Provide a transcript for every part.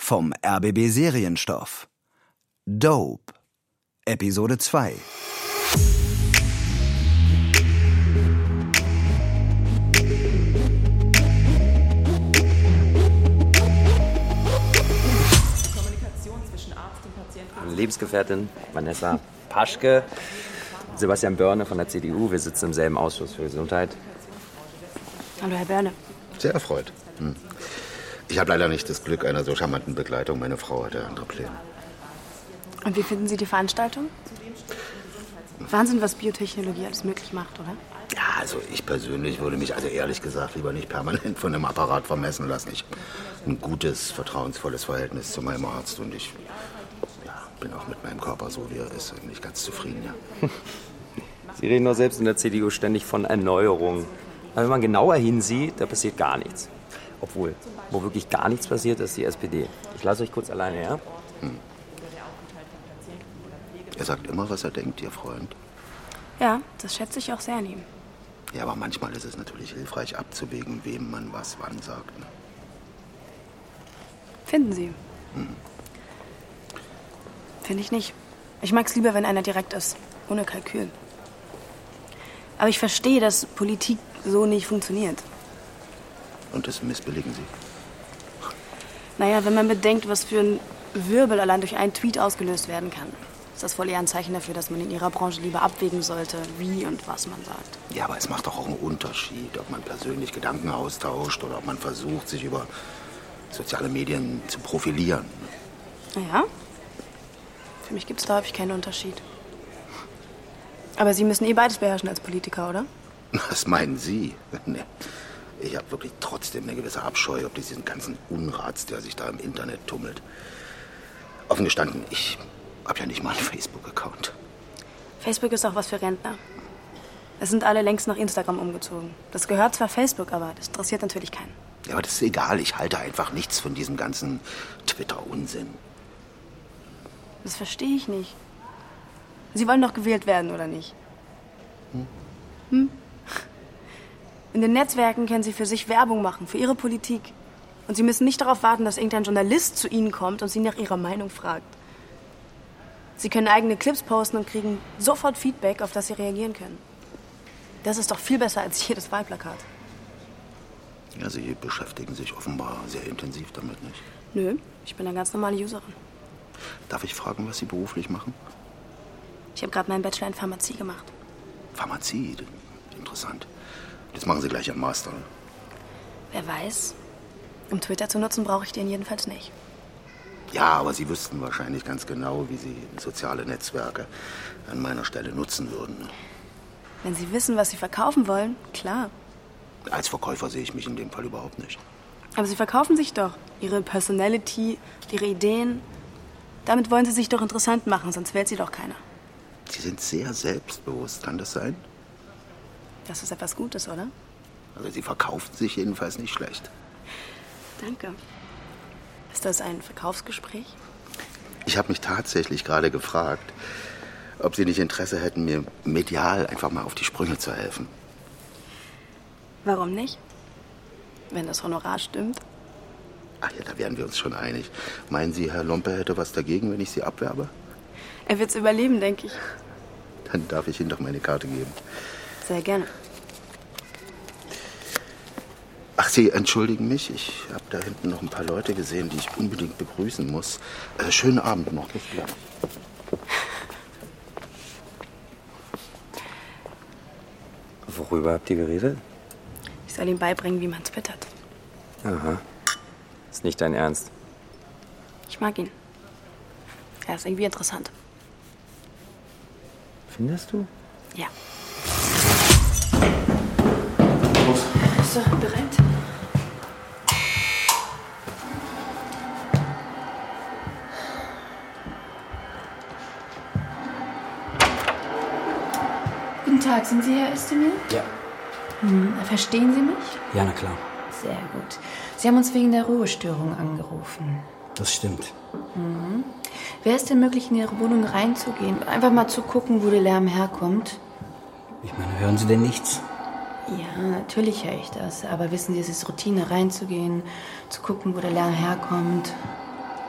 vom RBB Serienstoff. Dope, Episode 2. Lebensgefährtin Vanessa Paschke, Sebastian Börne von der CDU. Wir sitzen im selben Ausschuss für Gesundheit. Hallo, Herr Börne. Sehr erfreut. Ich habe leider nicht das Glück einer so charmanten Begleitung. Meine Frau hatte andere Pläne. Und wie finden Sie die Veranstaltung? Wahnsinn, was Biotechnologie alles möglich macht, oder? Ja, also ich persönlich würde mich ehrlich gesagt lieber nicht permanent von einem Apparat vermessen lassen. Ich habe ein gutes, vertrauensvolles Verhältnis zu meinem Arzt und ich bin auch mit meinem Körper so, wie er ist, eigentlich ganz zufrieden, ja. Sie reden doch selbst in der CDU ständig von Erneuerung. Aber wenn man genauer hinsieht, da passiert gar nichts. Obwohl, wo wirklich gar nichts passiert, ist die SPD. Ich lasse euch kurz alleine, ja? Er sagt immer, was er denkt, Ihr Freund. Ja, das schätze ich auch sehr an ihm. Ja, aber manchmal ist es natürlich hilfreich, abzuwägen, wem man was wann sagt. Ne? Finden Sie? Finde ich nicht. Ich mag es lieber, wenn einer direkt ist, ohne Kalkül. Aber ich verstehe, dass Politik so nicht funktioniert. Und das missbilligen Sie? Naja, wenn man bedenkt, was für ein Wirbel allein durch einen Tweet ausgelöst werden kann, ist das wohl eher ein Zeichen dafür, dass man in Ihrer Branche lieber abwägen sollte, wie und was man sagt. Ja, aber es macht doch auch einen Unterschied, ob man persönlich Gedanken austauscht oder ob man versucht, sich über soziale Medien zu profilieren. Naja, für mich gibt es da häufig keinen Unterschied. Aber Sie müssen beides beherrschen als Politiker, oder? Was meinen Sie? Nee. Ich habe wirklich trotzdem eine gewisse Abscheu ob diesen ganzen Unrats, der sich da im Internet tummelt. Offen gestanden, ich habe ja nicht mal einen Facebook-Account. Facebook ist auch was für Rentner. Es sind alle längst nach Instagram umgezogen. Das gehört zwar Facebook, aber das interessiert natürlich keinen. Ja, aber das ist egal. Ich halte einfach nichts von diesem ganzen Twitter-Unsinn. Das verstehe ich nicht. Sie wollen doch gewählt werden, oder nicht? In den Netzwerken können Sie für sich Werbung machen, für Ihre Politik. Und Sie müssen nicht darauf warten, dass irgendein Journalist zu Ihnen kommt und Sie nach Ihrer Meinung fragt. Sie können eigene Clips posten und kriegen sofort Feedback, auf das Sie reagieren können. Das ist doch viel besser als jedes Wahlplakat. Ja, Sie beschäftigen sich offenbar sehr intensiv damit, nicht? Nö, ich bin eine ganz normale Userin. Darf ich fragen, was Sie beruflich machen? Ich habe gerade meinen Bachelor in Pharmazie gemacht. Pharmazie? Interessant. Jetzt machen Sie gleich Ihren Master. Wer weiß. Um Twitter zu nutzen, brauche ich den jedenfalls nicht. Ja, aber Sie wüssten wahrscheinlich ganz genau, wie Sie soziale Netzwerke an meiner Stelle nutzen würden. Wenn Sie wissen, was Sie verkaufen wollen, klar. Als Verkäufer sehe ich mich in dem Fall überhaupt nicht. Aber Sie verkaufen sich doch. Ihre Personality, Ihre Ideen. Damit wollen Sie sich doch interessant machen, sonst wählt Sie doch keiner. Sie sind sehr selbstbewusst, kann das sein? Das ist etwas Gutes, oder? Also Sie verkaufen sich jedenfalls nicht schlecht. Danke. Ist das ein Verkaufsgespräch? Ich habe mich tatsächlich gerade gefragt, ob Sie nicht Interesse hätten, mir medial einfach mal auf die Sprünge zu helfen. Warum nicht? Wenn das Honorar stimmt. Ach ja, da wären wir uns schon einig. Meinen Sie, Herr Lompe hätte was dagegen, wenn ich Sie abwerbe? Er wird's überleben, denke ich. Dann darf ich Ihnen doch meine Karte geben. Sehr gerne. Ach, Sie entschuldigen mich. Ich habe da hinten noch ein paar Leute gesehen, die ich unbedingt begrüßen muss. Schönen Abend noch. Bis gleich. Worüber habt ihr geredet? Ich soll ihm beibringen, wie man twittert. Aha. Ist nicht dein Ernst. Ich mag ihn. Er ist irgendwie interessant. Findest du? Ja. So, bereit? Guten Tag, sind Sie Herr Özdemir? Ja. Verstehen Sie mich? Ja, na klar. Sehr gut. Sie haben uns wegen der Ruhestörung angerufen. Das stimmt. Wäre es denn möglich, in Ihre Wohnung reinzugehen? Einfach mal zu gucken, wo der Lärm herkommt? Ich meine, hören Sie denn nichts? Ja, natürlich höre ich das. Aber wissen Sie, es ist Routine, reinzugehen, zu gucken, wo der Lärm herkommt.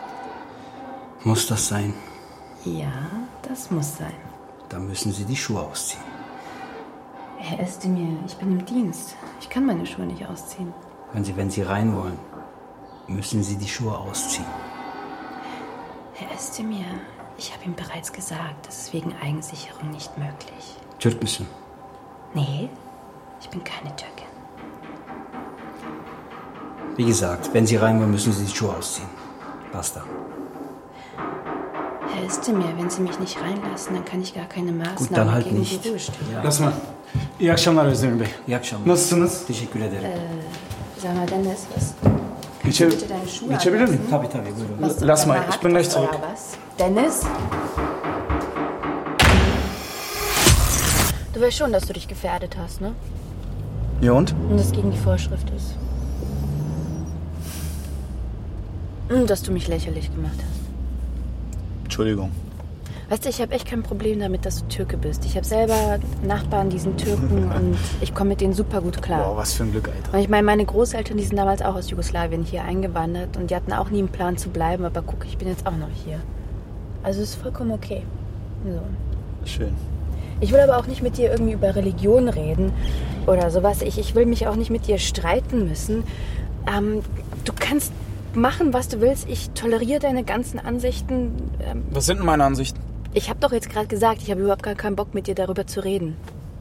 Muss das sein? Ja, das muss sein. Dann müssen Sie die Schuhe ausziehen. Herr Özdemir, ich bin im Dienst. Ich kann meine Schuhe nicht ausziehen. Wenn Sie rein wollen, müssen Sie die Schuhe ausziehen. Herr Özdemir, ich habe ihm bereits gesagt, das ist wegen Eigensicherung nicht möglich. Türk müssen. Nee, ich bin keine Türkin. Wie gesagt, wenn Sie rein wollen, müssen Sie die Schuhe ausziehen. Basta. Herr Özdemir, wenn Sie mich nicht reinlassen, dann kann ich gar keine Gut, Maßnahmen dann halt gegen nicht. die Ruhe stellen. Ja. Lass mal. İyi akşamlar Özdemir Bey. İyi akşamlar. Nasılsınız? Teşekkür ederim. Sag mal, Dennis, kannst du bitte deine Schuhe Geçebilir anlassen? miyim? Tabii buyurun. Was du Lass mal, einmal ich bin gleich hattest, zurück. oder was? Dennis? Du weißt schon, dass du dich gefährdet hast, ne? Ja und? Und das gegen die Vorschrift ist. Und dass du mich lächerlich gemacht hast. Entschuldigung. Weißt du, ich habe echt kein Problem damit, dass du Türke bist. Ich habe selber Nachbarn, die sind Türken und ich komme mit denen super gut klar. Wow, was für ein Glück, Alter. Und ich meine, meine Großeltern, die sind damals auch aus Jugoslawien hier eingewandert und die hatten auch nie einen Plan zu bleiben, aber guck, ich bin jetzt auch noch hier. Also ist vollkommen okay. So. Schön. Ich will aber auch nicht mit dir irgendwie über Religion reden oder sowas. Ich will mich auch nicht mit dir streiten müssen. Du kannst machen, was du willst. Ich toleriere deine ganzen Ansichten. Was sind denn meine Ansichten? Ich habe doch jetzt gerade gesagt, ich habe überhaupt gar keinen Bock, mit dir darüber zu reden.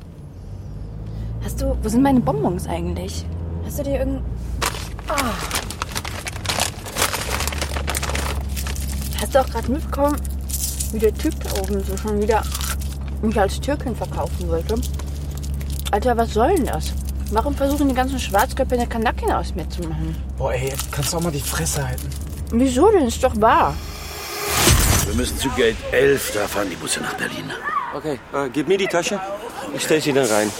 Wo sind meine Bonbons eigentlich? Hast du dir Hast du auch gerade mitbekommen, wie der Typ da oben so schon wieder mich als Türkin verkaufen wollte? Alter, was soll denn das? Warum versuchen die ganzen Schwarzköpfe eine Kanakin aus mir zu machen? Boah, ey, kannst du auch mal die Fresse halten? Wieso denn? Ist doch wahr. Wir müssen zu Gate 11, da fahren die Busse nach Berlin. Okay, gib mir die Tasche. Ich stell sie dann rein.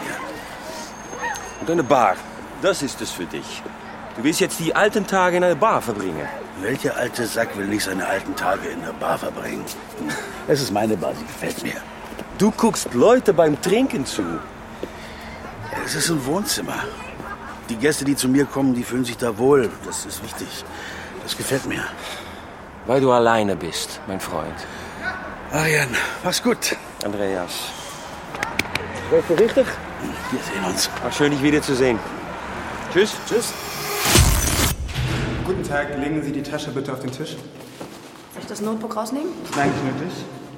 Und eine Bar, das ist es für dich. Du willst jetzt die alten Tage in einer Bar verbringen. Welcher alte Sack will nicht seine alten Tage in der Bar verbringen? Es ist meine Bar, sie gefällt mir. Du guckst Leute beim Trinken zu. Es ist ein Wohnzimmer. Die Gäste, die zu mir kommen, die fühlen sich da wohl. Das ist wichtig. Das gefällt mir. Weil du alleine bist, mein Freund. Arian, mach's gut. Andreas. Weißt du richtig? Wir sehen uns. Ach, schön, dich wiederzusehen. Tschüss. Tschüss. Guten Tag, legen Sie die Tasche bitte auf den Tisch. Soll ich das Notebook rausnehmen? Nein, nicht nötig.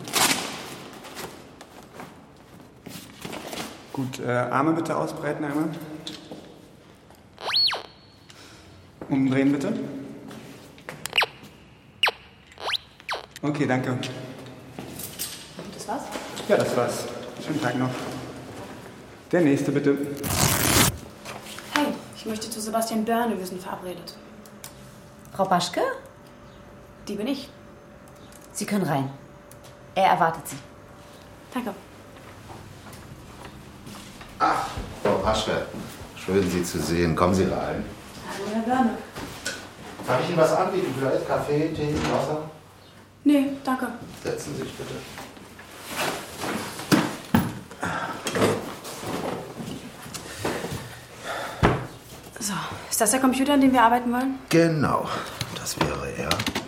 Gut, Arme bitte ausbreiten einmal. Umdrehen bitte. Okay, danke. Das war's? Ja, das war's. Schönen Tag noch. Der nächste bitte. Hey, ich möchte zu Sebastian Börne, wir sind verabredet. Frau Baschke, Die bin ich. Sie können rein. Er erwartet Sie. Danke. Ach, Frau Paschke, schön Sie zu sehen. Kommen Sie rein. Hallo, Herr Börne. Kann ich Ihnen was anbieten? Vielleicht Kaffee, Tee, Wasser? Nee, danke. Setzen Sie sich bitte. So, ist das der Computer, an dem wir arbeiten wollen? Genau, das wäre er.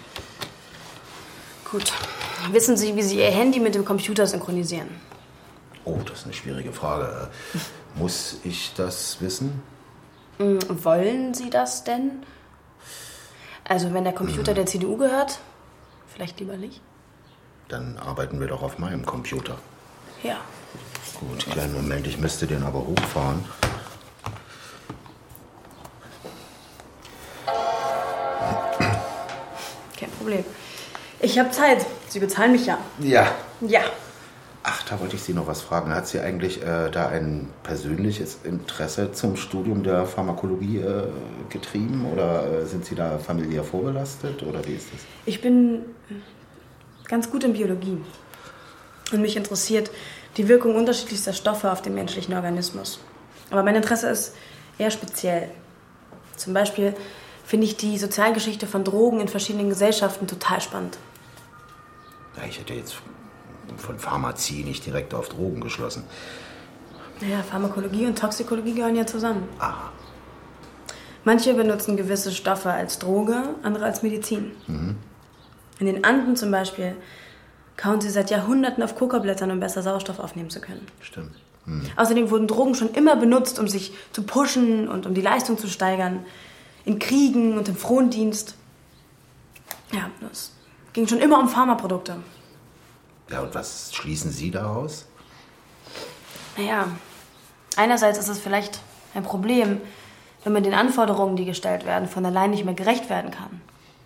Gut. Wissen Sie, wie Sie Ihr Handy mit dem Computer synchronisieren? Oh, das ist eine schwierige Frage. Muss ich das wissen? Wollen Sie das denn? Also, wenn der Computer der CDU gehört, vielleicht lieber nicht? Dann arbeiten wir doch auf meinem Computer. Ja. Gut, kleinen Moment, ich müsste den aber hochfahren. Kein Problem. Ich habe Zeit. Sie bezahlen mich ja. Ja. Ja. Ach, da wollte ich Sie noch was fragen. Hat Sie eigentlich da ein persönliches Interesse zum Studium der Pharmakologie getrieben? Oder sind Sie da familiär vorbelastet? Oder wie ist das? Ich bin ganz gut in Biologie. Und mich interessiert die Wirkung unterschiedlichster Stoffe auf den menschlichen Organismus. Aber mein Interesse ist eher speziell. Zum Beispiel finde ich die Sozialgeschichte von Drogen in verschiedenen Gesellschaften total spannend. Ja, ich hätte jetzt von Pharmazie nicht direkt auf Drogen geschlossen. Naja, Pharmakologie und Toxikologie gehören ja zusammen. Ah. Manche benutzen gewisse Stoffe als Droge, andere als Medizin. Mhm. In den Anden zum Beispiel kauen sie seit Jahrhunderten auf Kokablättern, um besser Sauerstoff aufnehmen zu können. Stimmt. Außerdem wurden Drogen schon immer benutzt, um sich zu pushen und um die Leistung zu steigern. In Kriegen und im Frondienst. Ja, das ging schon immer um Pharmaprodukte. Ja, und was schließen Sie daraus? Naja, einerseits ist es vielleicht ein Problem, wenn man den Anforderungen, die gestellt werden, von allein nicht mehr gerecht werden kann.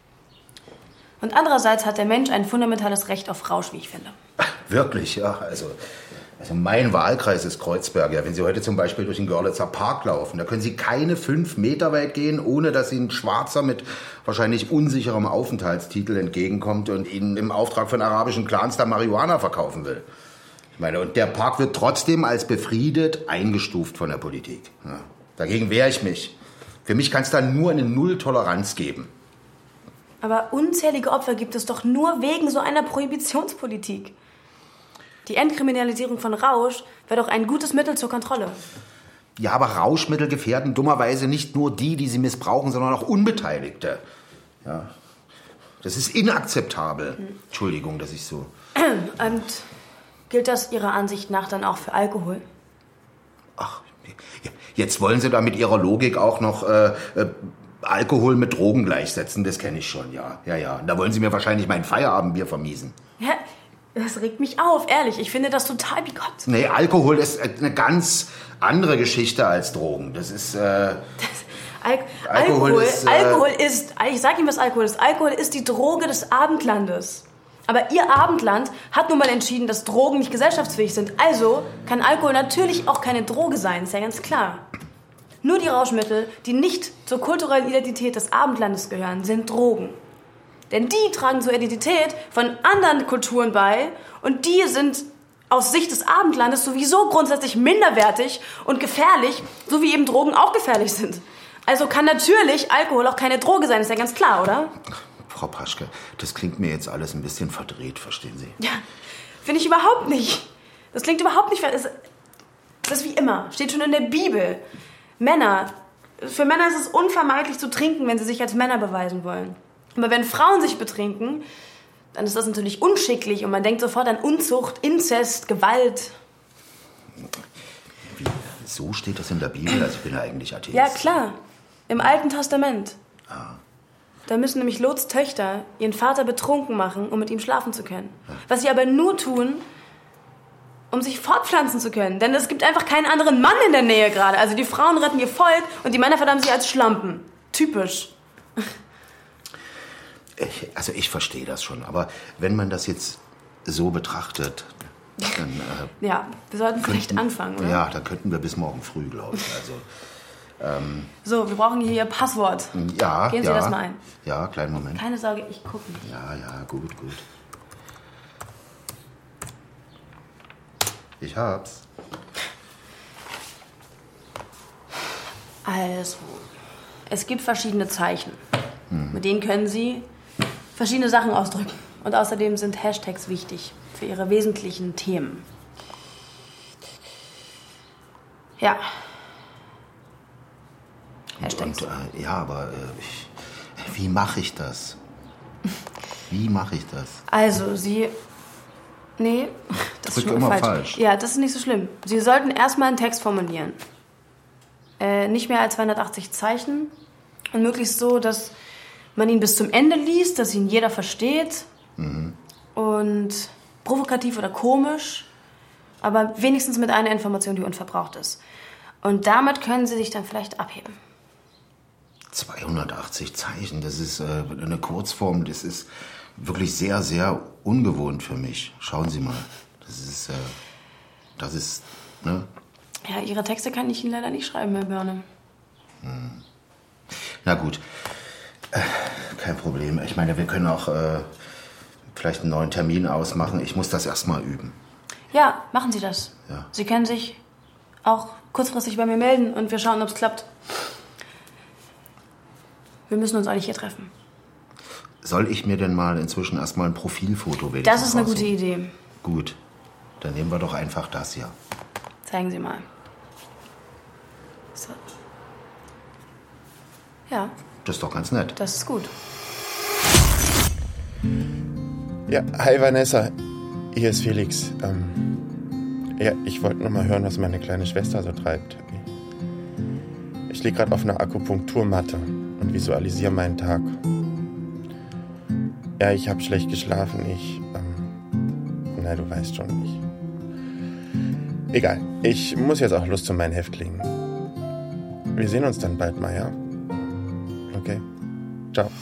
Und andererseits hat der Mensch ein fundamentales Recht auf Rausch, wie ich finde. Wirklich, ja. Also mein Wahlkreis ist Kreuzberg. Ja, wenn Sie heute zum Beispiel durch den Görlitzer Park laufen, da können Sie keine 5 Meter weit gehen, ohne dass Ihnen ein Schwarzer mit wahrscheinlich unsicherem Aufenthaltstitel entgegenkommt und Ihnen im Auftrag von arabischen Clans da Marihuana verkaufen will. Ich meine, und der Park wird trotzdem als befriedet eingestuft von der Politik. Ja, dagegen wehre ich mich. Für mich kann es da nur eine Null-Toleranz geben. Aber unzählige Opfer gibt es doch nur wegen so einer Prohibitionspolitik. Die Entkriminalisierung von Rausch wäre doch ein gutes Mittel zur Kontrolle. Ja, aber Rauschmittel gefährden dummerweise nicht nur die sie missbrauchen, sondern auch Unbeteiligte. Ja, das ist inakzeptabel. Entschuldigung, dass ich so... Und gilt das Ihrer Ansicht nach dann auch für Alkohol? Ach, jetzt wollen Sie da mit Ihrer Logik auch noch Alkohol mit Drogen gleichsetzen. Das kenne ich schon, ja. Ja. Da wollen Sie mir wahrscheinlich mein Feierabendbier vermiesen. Ja, das regt mich auf, ehrlich. Ich finde das total bigott. Nee, Alkohol ist eine ganz andere Geschichte als Drogen. Das ist... Alkohol ist... Ich sag Ihnen, was Alkohol ist. Alkohol ist die Droge des Abendlandes. Aber Ihr Abendland hat nun mal entschieden, dass Drogen nicht gesellschaftsfähig sind. Also kann Alkohol natürlich auch keine Droge sein, ist ja ganz klar. Nur die Rauschmittel, die nicht zur kulturellen Identität des Abendlandes gehören, sind Drogen. Denn die tragen zur Identität von anderen Kulturen bei und die sind aus Sicht des Abendlandes sowieso grundsätzlich minderwertig und gefährlich, so wie eben Drogen auch gefährlich sind. Also kann natürlich Alkohol auch keine Droge sein, ist ja ganz klar, oder? Frau Paschke, das klingt mir jetzt alles ein bisschen verdreht, verstehen Sie? Ja, finde ich überhaupt nicht. Das klingt überhaupt nicht... Das ist wie immer, steht schon in der Bibel. Für Männer ist es unvermeidlich zu trinken, wenn sie sich als Männer beweisen wollen. Aber wenn Frauen sich betrinken, dann ist das natürlich unschicklich und man denkt sofort an Unzucht, Inzest, Gewalt. So steht das in der Bibel? Also ich bin ja eigentlich Atheist. Ja, klar. Im Alten Testament. Da müssen nämlich Lots Töchter ihren Vater betrunken machen, um mit ihm schlafen zu können. Was sie aber nur tun, um sich fortpflanzen zu können. Denn es gibt einfach keinen anderen Mann in der Nähe gerade. Also die Frauen retten ihr Volk und die Männer verdammen sie als Schlampen. Typisch. Ich verstehe das schon, aber wenn man das jetzt so betrachtet, dann... ja, wir sollten vielleicht anfangen, oder? Ja, dann könnten wir bis morgen früh, glaube ich. So, wir brauchen hier Ihr Passwort. Ja, Gehen Sie das mal ein. Ja, kleinen Moment. Keine Sorge, ich gucke nicht. Ja, gut. Ich hab's. Also, es gibt verschiedene Zeichen. Mit denen können Sie verschiedene Sachen ausdrücken. Und außerdem sind Hashtags wichtig für Ihre wesentlichen Themen. Ja. Hashtags. Wie mache ich das? Also, Sie... Nee, das ist schon falsch. Ja, das ist nicht so schlimm. Sie sollten erstmal einen Text formulieren. Nicht mehr als 280 Zeichen. Und möglichst so, dass man ihn bis zum Ende liest, dass ihn jeder versteht. Und provokativ oder komisch, aber wenigstens mit einer Information, die unverbraucht ist. Und damit können Sie sich dann vielleicht abheben. 280 Zeichen, das ist eine Kurzform, das ist wirklich sehr, sehr ungewohnt für mich. Schauen Sie mal, das ist, ne? Ja, Ihre Texte kann ich Ihnen leider nicht schreiben, Herr Börne. Na gut, kein Problem. Ich meine, wir können auch vielleicht einen neuen Termin ausmachen. Ich muss das erstmal üben. Ja, machen Sie das. Ja. Sie können sich auch kurzfristig bei mir melden und wir schauen, ob es klappt. Wir müssen uns eigentlich hier treffen. Soll ich mir denn mal inzwischen erstmal ein Profilfoto wenigstens Das ist eine gute Idee. Gut, dann nehmen wir doch einfach das hier. Zeigen Sie mal. So. Ja. Das ist doch ganz nett. Das ist gut. Ja, hi Vanessa. Hier ist Felix. Ja, ich wollte noch mal hören, was meine kleine Schwester so treibt. Ich liege gerade auf einer Akupunkturmatte und visualisiere meinen Tag. Ja, ich habe schlecht geschlafen. Na, du weißt schon, Egal, ich muss jetzt auch los zu meinen Häftlingen. Wir sehen uns dann bald mal, ja? Okay. Ciao.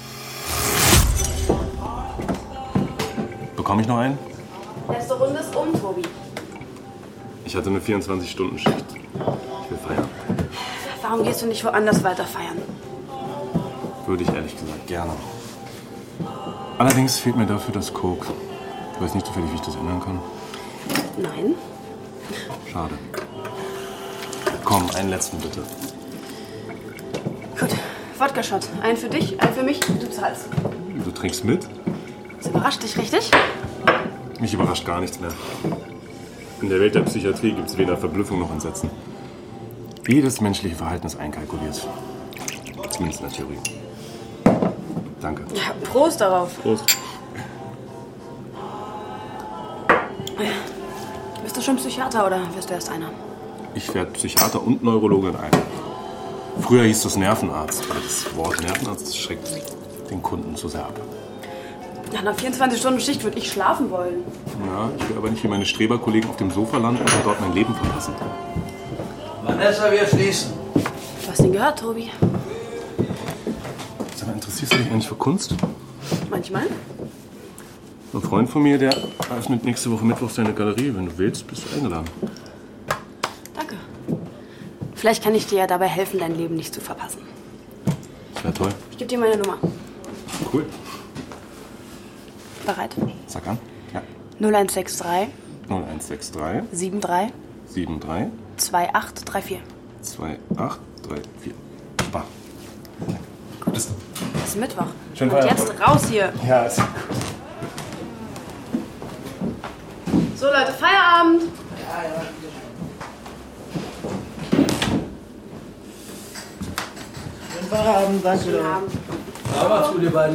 Bekomme ich noch einen? Letzte Runde ist um, Tobi. Ich hatte eine 24-Stunden-Schicht. Ich will feiern. Warum gehst du nicht woanders weiter feiern? Würde ich ehrlich gesagt gerne. Allerdings fehlt mir dafür das Coke. Ich weiß nicht zufällig, wie ich das ändern kann. Nein. Schade. Komm, einen letzten bitte. Gut, Wodka-Shot. Einen für dich, einen für mich, du zahlst. Du trinkst mit? Das überrascht dich, richtig? Mich überrascht gar nichts mehr. In der Welt der Psychiatrie gibt es weder Verblüffung noch Entsetzen. Jedes menschliche Verhalten ist einkalkuliert. Zumindest in der Theorie. Danke. Ja, Prost darauf. Prost. Bist du schon Psychiater oder wirst du erst einer? Ich werde Psychiater und Neurologe in einem. Früher hieß das Nervenarzt, aber das Wort Nervenarzt schreckt den Kunden zu sehr ab. Nach einer 24-Stunden-Schicht würde ich schlafen wollen. Ja, ich will aber nicht wie meine Streberkollegen auf dem Sofa landen und dort mein Leben verpassen. Vanessa, wir schließen. Du hast ihn gehört, Tobi. Sag mal, interessierst du dich eigentlich für Kunst? Manchmal. Ein Freund von mir, der eröffnet nächste Woche Mittwoch seine Galerie. Wenn du willst, bist du eingeladen. Danke. Vielleicht kann ich dir ja dabei helfen, dein Leben nicht zu verpassen. Das wäre toll. Ich gebe dir meine Nummer. Cool. Bereit? Sag an. Ja. 0163 0163 73 73 2834. 2834. Super. Gut. Es ist Mittwoch. Schönen Und Feierabend. jetzt raus hier. Ja, ist... So, Leute, Feierabend. Schönen Feierabend, danke. Schönen Abend. Ja, macht's gut, ihr beiden.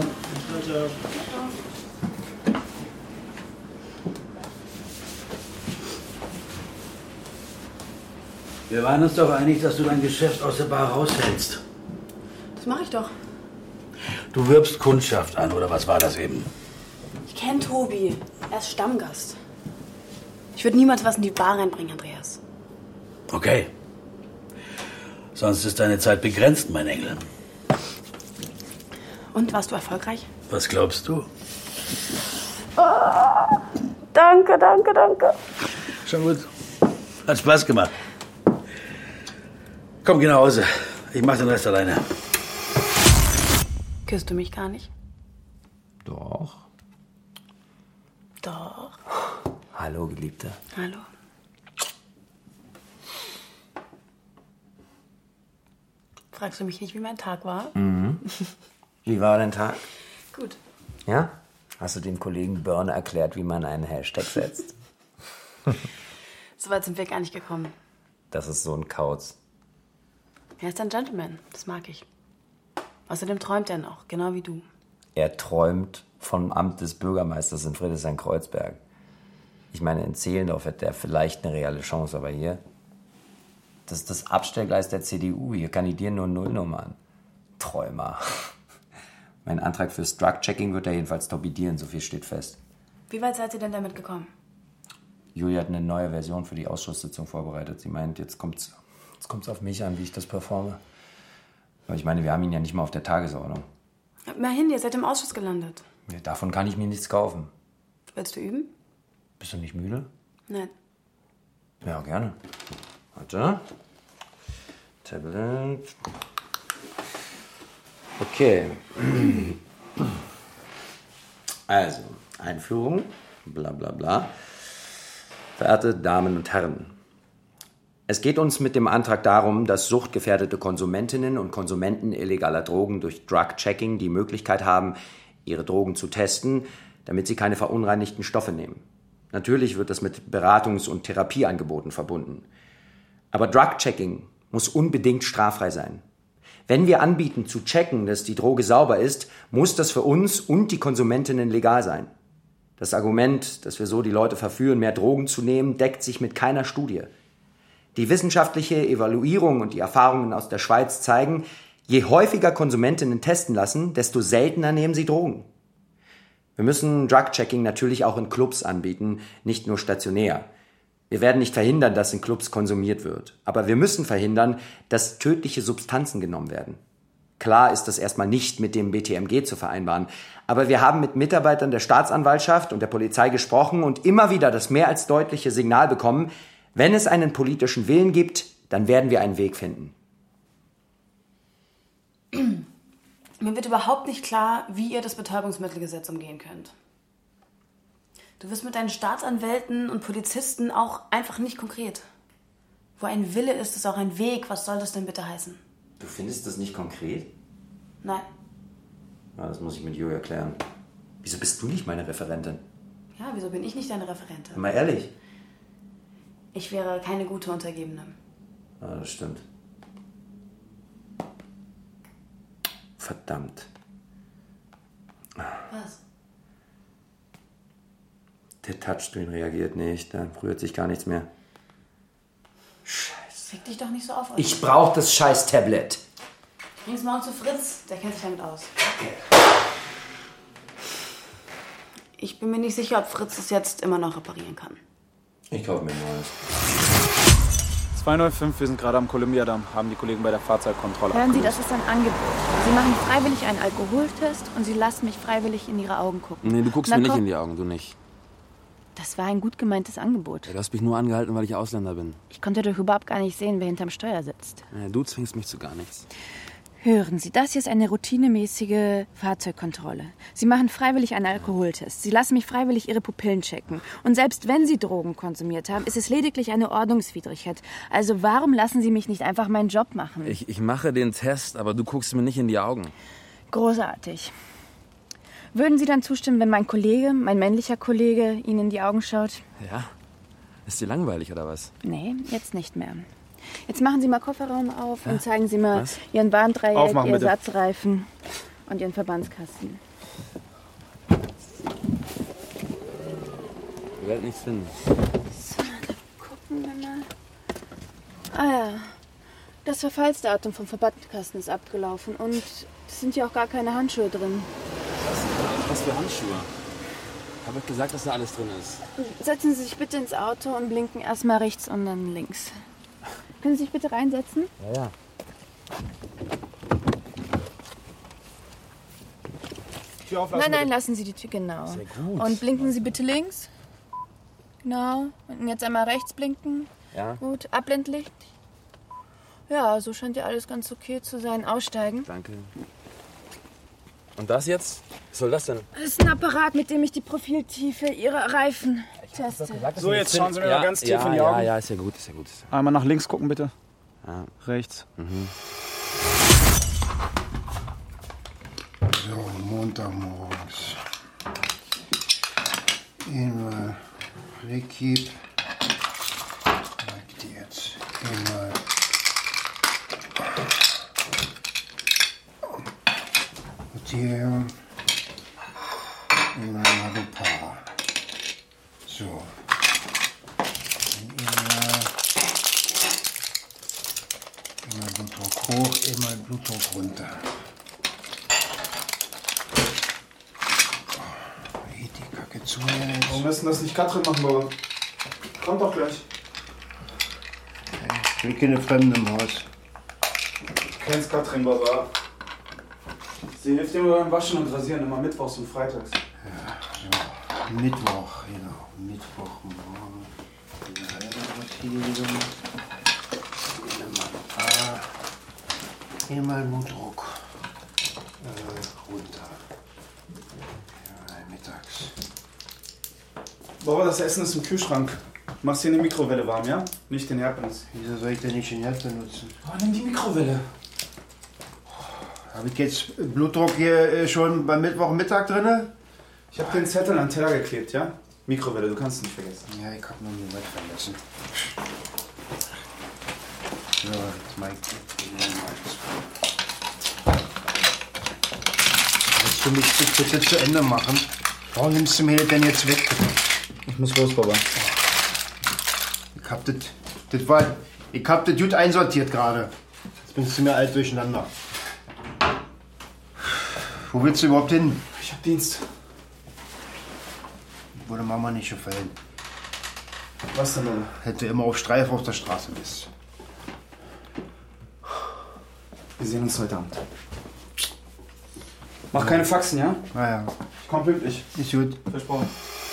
Wir waren uns doch einig, dass du dein Geschäft aus der Bar raushältst. Das mache ich doch. Du wirbst Kundschaft an, oder was war das eben? Ich kenne Tobi. Er ist Stammgast. Ich würde niemals was in die Bar reinbringen, Andreas. Okay. Sonst ist deine Zeit begrenzt, mein Engel. Und, warst du erfolgreich? Was glaubst du? Danke, danke, danke. Schon gut. Hat Spaß gemacht. Komm, geh nach Hause. Ich mach den Rest alleine. Küsst du mich gar nicht? Doch. Doch. Hallo, Geliebte. Hallo. Fragst du mich nicht, wie mein Tag war? Mhm. Wie war dein Tag? Gut. Ja? Hast du dem Kollegen Börne erklärt, wie man einen Hashtag setzt? So weit sind wir gar nicht gekommen. Das ist so ein Kauz. Er ist ein Gentleman. Das mag ich. Außerdem träumt er noch, genau wie du. Er träumt vom Amt des Bürgermeisters in Friedrichshain-Kreuzberg. Ich meine, in Zehlendorf hätte er vielleicht eine reale Chance, aber hier... Das ist das Abstellgleis der CDU. Hier kandidieren nur Nullnummern. Träumer. Mein Antrag fürs Drug-Checking wird er jedenfalls torpedieren, so viel steht fest. Wie weit seid ihr denn damit gekommen? Julia hat eine neue Version für die Ausschusssitzung vorbereitet. Sie meint, jetzt kommt's auf mich an, wie ich das performe. Aber ich meine, wir haben ihn ja nicht mal auf der Tagesordnung. Immerhin, ihr seid im Ausschuss gelandet. Ja, davon kann ich mir nichts kaufen. Willst du üben? Bist du nicht müde? Nein. Ja, gerne. Warte. Tablet. Okay. Also, Einführung. Bla bla bla. Verehrte Damen und Herren. Es geht uns mit dem Antrag darum, dass suchtgefährdete Konsumentinnen und Konsumenten illegaler Drogen durch Drug-Checking die Möglichkeit haben, ihre Drogen zu testen, damit sie keine verunreinigten Stoffe nehmen. Natürlich wird das mit Beratungs- und Therapieangeboten verbunden. Aber Drug-Checking muss unbedingt straffrei sein. Wenn wir anbieten, zu checken, dass die Droge sauber ist, muss das für uns und die Konsumentinnen legal sein. Das Argument, dass wir so die Leute verführen, mehr Drogen zu nehmen, deckt sich mit keiner Studie. Die wissenschaftliche Evaluierung und die Erfahrungen aus der Schweiz zeigen, je häufiger Konsumentinnen testen lassen, desto seltener nehmen sie Drogen. Wir müssen Drug-Checking natürlich auch in Clubs anbieten, nicht nur stationär. Wir werden nicht verhindern, dass in Clubs konsumiert wird. Aber wir müssen verhindern, dass tödliche Substanzen genommen werden. Klar ist das erstmal nicht mit dem BTMG zu vereinbaren. Aber wir haben mit Mitarbeitern der Staatsanwaltschaft und der Polizei gesprochen und immer wieder das mehr als deutliche Signal bekommen, wenn es einen politischen Willen gibt, dann werden wir einen Weg finden. Mir wird überhaupt nicht klar, wie ihr das Betäubungsmittelgesetz umgehen könnt. Du wirst mit deinen Staatsanwälten und Polizisten auch einfach nicht konkret. Wo ein Wille ist, ist auch ein Weg. Was soll das denn bitte heißen? Du findest das nicht konkret? Nein. Ja, das muss ich mit Julia klären. Wieso bist du nicht meine Referentin? Ja, wieso bin ich nicht deine Referentin? Mal ehrlich. Ich wäre keine gute Untergebene. Ja, das stimmt. Verdammt. Was? Der Touchscreen reagiert nicht, da rührt sich gar nichts mehr. Scheiße. Fick dich doch nicht so auf. Ich brauch das scheiß Tablet. Ich bring's morgen zu Fritz, der kennt sich damit aus. Ich bin mir nicht sicher, ob Fritz es jetzt immer noch reparieren kann. Ich kaufe mir ein neues. 205, wir sind gerade am Kolumbiadamm, haben die Kollegen bei der Fahrzeugkontrolle Hören Sie, abgelöst. das ist ein Angebot. Sie machen freiwillig einen Alkoholtest und Sie lassen mich freiwillig in Ihre Augen gucken. Nee, du guckst Na, mir nicht komm. in die Augen, du nicht. Das war ein gut gemeintes Angebot. Du hast mich nur angehalten, weil ich Ausländer bin. Ich konnte doch überhaupt gar nicht sehen, wer hinterm Steuer sitzt. Ja, du zwingst mich zu gar nichts. Hören Sie, das hier ist eine routinemäßige Fahrzeugkontrolle. Sie machen freiwillig einen Alkoholtest. Sie lassen mich freiwillig Ihre Pupillen checken. Und selbst wenn Sie Drogen konsumiert haben, ist es lediglich eine Ordnungswidrigkeit. Also warum lassen Sie mich nicht einfach meinen Job machen? Ich mache den Test, aber du guckst mir nicht in die Augen. Großartig. Würden Sie dann zustimmen, wenn mein Kollege, mein männlicher Kollege, Ihnen in die Augen schaut? Ja? Ist dir langweilig oder was? Nee, jetzt nicht mehr. Jetzt machen Sie mal Kofferraum auf und zeigen Sie mal Was? Ihren Warndreieck, Aufmachen, Ihr bitte. Satzreifen und Ihren Verbandskasten. Wir werden nichts finden. Gucken wir mal. Ah ja, das Verfallsdatum vom Verbandkasten ist abgelaufen und es sind ja auch gar keine Handschuhe drin. Was für Handschuhe? Ich habe euch gesagt, dass da alles drin ist. Setzen Sie sich bitte ins Auto und blinken erstmal rechts und dann links. Können Sie sich bitte reinsetzen? Ja. Tür auflassen, Nein, lassen Sie die Tür, genau. Sehr gut. Und blinken Sie bitte links. Genau. Und jetzt einmal rechts blinken. Ja. Gut, Abblendlicht. Ja, so scheint ja alles ganz okay zu sein. Aussteigen. Danke. Und das jetzt? Was soll das denn? Das ist ein Apparat, mit dem ich die Profiltiefe Ihrer Reifen teste. So, jetzt schauen Sie mir mal ganz tief in die Augen. Ja, ist ja gut, ist ja gut. Einmal nach links gucken, bitte. Ja. Rechts. So, Montagmorgens. Einmal Rekieb. Die jetzt. Einmal. Notierung. Einmal Magopar. So. Einmal Blutdruck hoch, einmal Blutdruck runter. Geht die Kacke zu jetzt. Warum lässt denn das nicht Katrin machen, Bauer? Kommt doch gleich. Ich will keine Fremden im Haus. Du kennst Katrin, Bauer. Sie hilft dir beim Waschen und Rasieren immer mittwochs und freitags. Ja, Mittwoch, genau. Mittwochmorgen. Einmal Blutdruck. Runter. Ja, mittags. Bauer, das Essen ist im Kühlschrank. Mach's hier in die Mikrowelle warm, ja? Nicht den Herd benutzen. Wieso soll ich denn nicht den Herd benutzen? Oh, nimm die Mikrowelle. Habe ich jetzt Blutdruck hier schon beim Mittwochmittag drin? Ich habe den Zettel an den Teller geklebt, ja? Mikrowelle, du kannst es nicht vergessen. Ja, ich habe noch nie was vergessen. So, jetzt mach ich Willst du mich bitte zu Ende machen? Warum nimmst du mir das denn jetzt weg? Ich muss los, Papa. Ich hab das gut einsortiert gerade. Jetzt bringst du mir alles durcheinander. Wo willst du überhaupt hin? Ich hab Dienst. Würde Mama nicht gefallen. Was denn, Mama? Hätte immer auf Streif auf der Straße bist. Wir sehen uns heute Abend. Mach keine Faxen, ja? Naja. Ich komm pünktlich. Ist gut. Versprochen.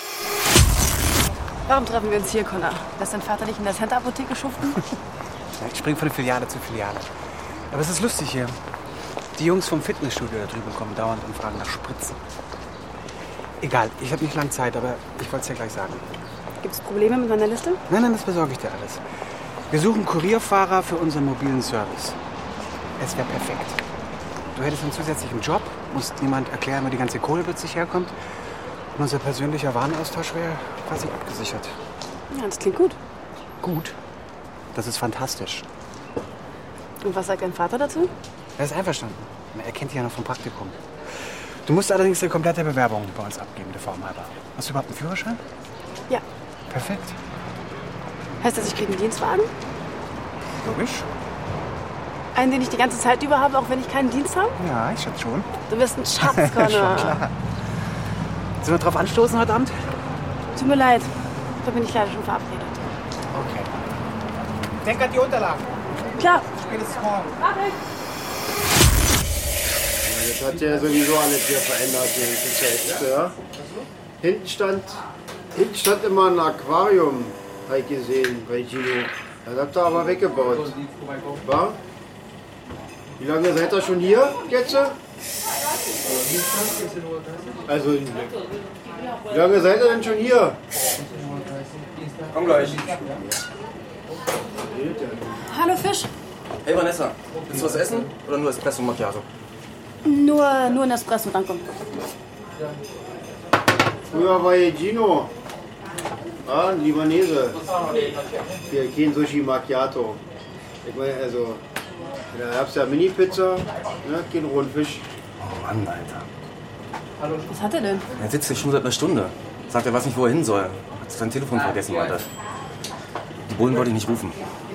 Warum treffen wir uns hier, Connor? Lässt dein Vater dich in der Center-Apotheke schuften? Ich spring von Filiale zu Filiale. Aber es ist lustig hier. Die Jungs vom Fitnessstudio da drüben kommen dauernd und fragen nach Spritzen. Egal, ich habe nicht lange Zeit, aber ich wollte es ja gleich sagen. Gibt es Probleme mit meiner Liste? Nein, das besorge ich dir alles. Wir suchen Kurierfahrer für unseren mobilen Service. Es wäre perfekt. Du hättest einen zusätzlichen Job, musst niemand erklären, wo die ganze Kohle plötzlich herkommt. Und unser persönlicher Warenaustausch wäre quasi abgesichert. Ja, das klingt gut. Gut? Das ist fantastisch. Und was sagt dein Vater dazu? Er ist einverstanden. Er kennt dich ja noch vom Praktikum. Du musst allerdings eine komplette Bewerbung bei uns abgeben, der Form halber. Hast du überhaupt einen Führerschein? Ja. Perfekt. Heißt das, ich kriege einen Dienstwagen? Logisch. Einen, den ich die ganze Zeit über habe, auch wenn ich keinen Dienst habe? Ja, ich schätze schon. Du bist ein Schatz, Connor. Schon klar. Sollen wir drauf anstoßen heute Abend? Tut mir leid. Da bin ich leider schon verabredet. Okay. Denk an die Unterlagen. Klar. Spätestens morgen. Mach ich. Das hat ja sowieso alles hier verändert. Das ist ja echt, ja. Hinten stand immer ein Aquarium, habe ich gesehen, bei Gino. Das habt ihr aber weggebaut. War? Wie lange seid ihr schon hier jetzt? Also, wie lange seid ihr denn schon hier? Komm gleich. Hallo Fisch. Hey Vanessa, willst du was essen oder nur Espresso Macchiato? Nur ein Espresso, danke. Früher war hier Gino. Ah, ein Libanese. Hier, kein Sushi Macchiato. Ich meine, also, da gab's ja Mini-Pizza, ne, kein rohen Fisch. Oh Mann, Alter. Was hat er denn? Er sitzt hier schon seit einer Stunde. Sagt, er weiß nicht, wo er hin soll. Hat sein Telefon vergessen, meinte er. Die Bullen wollte ich nicht rufen.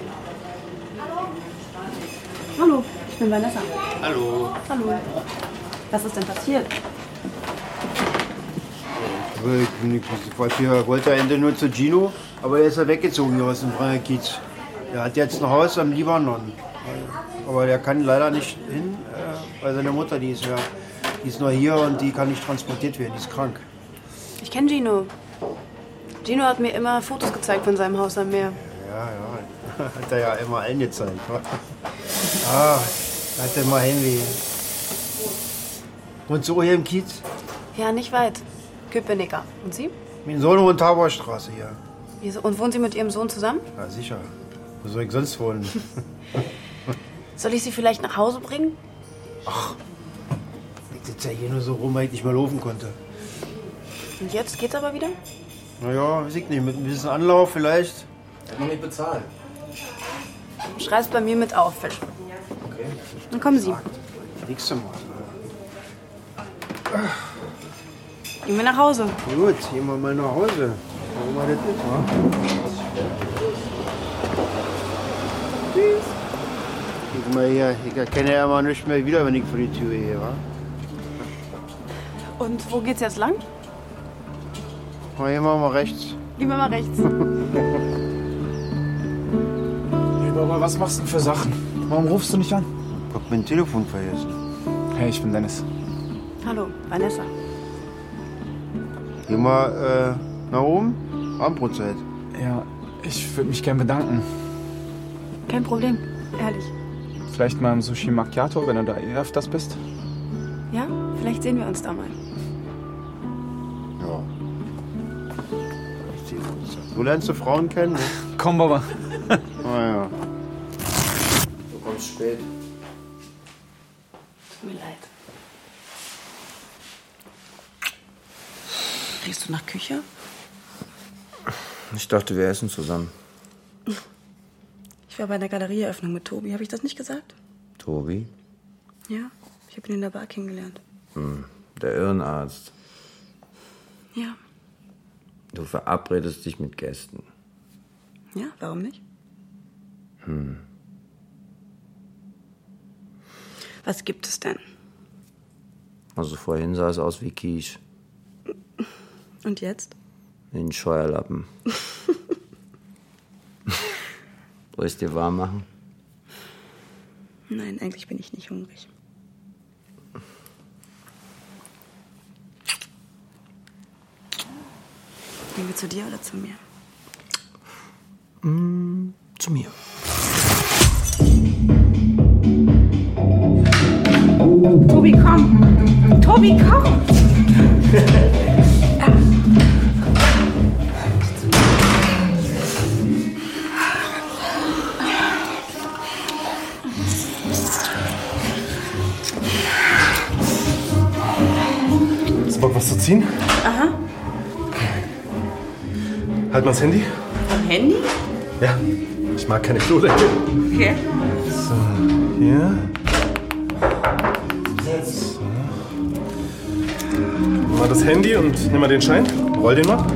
Hallo, ich bin Vanessa. Hallo. Hallo. Was ist denn passiert? Ich wollte am Ende nur zu Gino, aber er ist ja weggezogen hier aus dem Freier Kiez. Er hat jetzt ein Haus am Libanon. Aber der kann leider nicht hin, weil seine Mutter, die ist nur hier und die kann nicht transportiert werden, die ist krank. Ich kenne Gino. Gino hat mir immer Fotos gezeigt von seinem Haus am Meer. Ja, hat er ja immer allen gezeigt. Ah, hat er mal Heimweh. Und so hier im Kiez? Ja, nicht weit. Köpenicker. Und Sie? Mein Sohn wohnt Taborstraße hier. Wieso? Und wohnen Sie mit Ihrem Sohn zusammen? Ja, sicher. Wo soll ich sonst wohnen? Soll ich Sie vielleicht nach Hause bringen? Ach, ich sitze ja hier nur so rum, weil ich nicht mehr laufen konnte. Und jetzt geht's aber wieder? Naja, weiß ich nicht, mit ein bisschen Anlauf vielleicht. Er hat noch nicht bezahlt. Schreib's bei mir mit auf, Fisch. Okay. Dann kommen Sie. Nächste Mal. Gehen wir nach Hause. Gut, gehen wir mal nach Hause. Machen wir das mit, wa? Tschüss. Guck mal hier, ich erkenne ja immer nicht mehr wieder, wenn ich vor die Tür gehe, wa? Und wo geht's jetzt lang? Mal hier mal rechts. Lieber mal rechts. Hey Baba, was machst du denn für Sachen? Warum rufst du nicht an? Ich hab mein Telefon vergessen. Hey, ich bin Dennis. Hallo, Vanessa. Geh mal nach oben. Abendbrotzeit. Ja, ich würde mich gern bedanken. Kein Problem, ehrlich. Vielleicht mal im Sushi Macchiato, wenn du da öfters bist. Ja, vielleicht sehen wir uns da mal. Ja. So lernst du Frauen kennen, ne? Komm, Baba. Ja. Du kommst spät. Tut mir leid. Riechst du nach Küche? Ich dachte, wir essen zusammen. Ich war bei einer Galerieeröffnung mit Tobi. Habe ich das nicht gesagt? Tobi? Ja, ich habe ihn in der Bar kennengelernt. Der Irrenarzt. Ja. Du verabredest dich mit Gästen. Ja, warum nicht? Was gibt es denn? Also vorhin sah es aus wie Quiche. Und jetzt? Wie ein Scheuerlappen. Soll ich es dir warm machen? Nein, eigentlich bin ich nicht hungrig. Gehen wir zu dir oder zu mir? Zu mir. Tobi, komm! Tobi, komm! Hast du Bock, was zu ziehen? Aha. Halt mal das Handy. Am Handy? Ja, ich mag keine Klodecke. Okay. So, hier. So. Nimm mal das Handy und nimm mal den Schein. Roll den mal.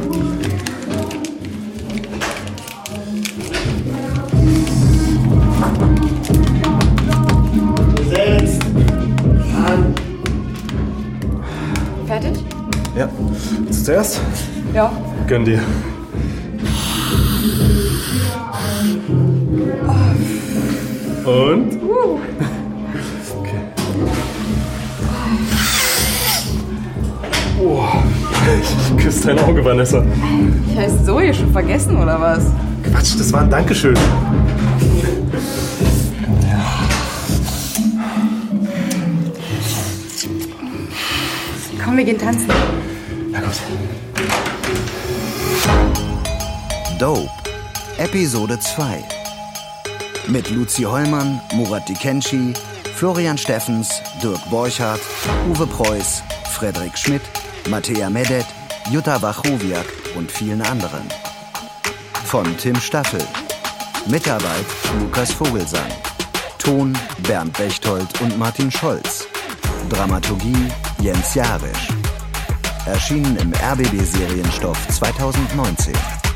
Gesetzt. An. Fertig? Ja. Willst du zuerst? Ja. Gönn dir. Und? Okay. Oh, ich küsse dein Auge, Vanessa. Ich heiße Zoe, schon vergessen, oder was? Quatsch, das war ein Dankeschön. Komm, wir gehen tanzen. Na gut. Dope, Episode 2. Mit Luzi Hollmann, Murat Dikenci, Florian Steffens, Dirk Borchardt, Uwe Preuß, Frederik Schmidt, Mattea Medet, Jutta Wachowiak und vielen anderen. Von Tim Staffel. Mitarbeit Lukas Vogelsang. Ton Bernd Bechtold und Martin Scholz. Dramaturgie Jens Jarisch. Erschienen im RBB Serienstoff 2019.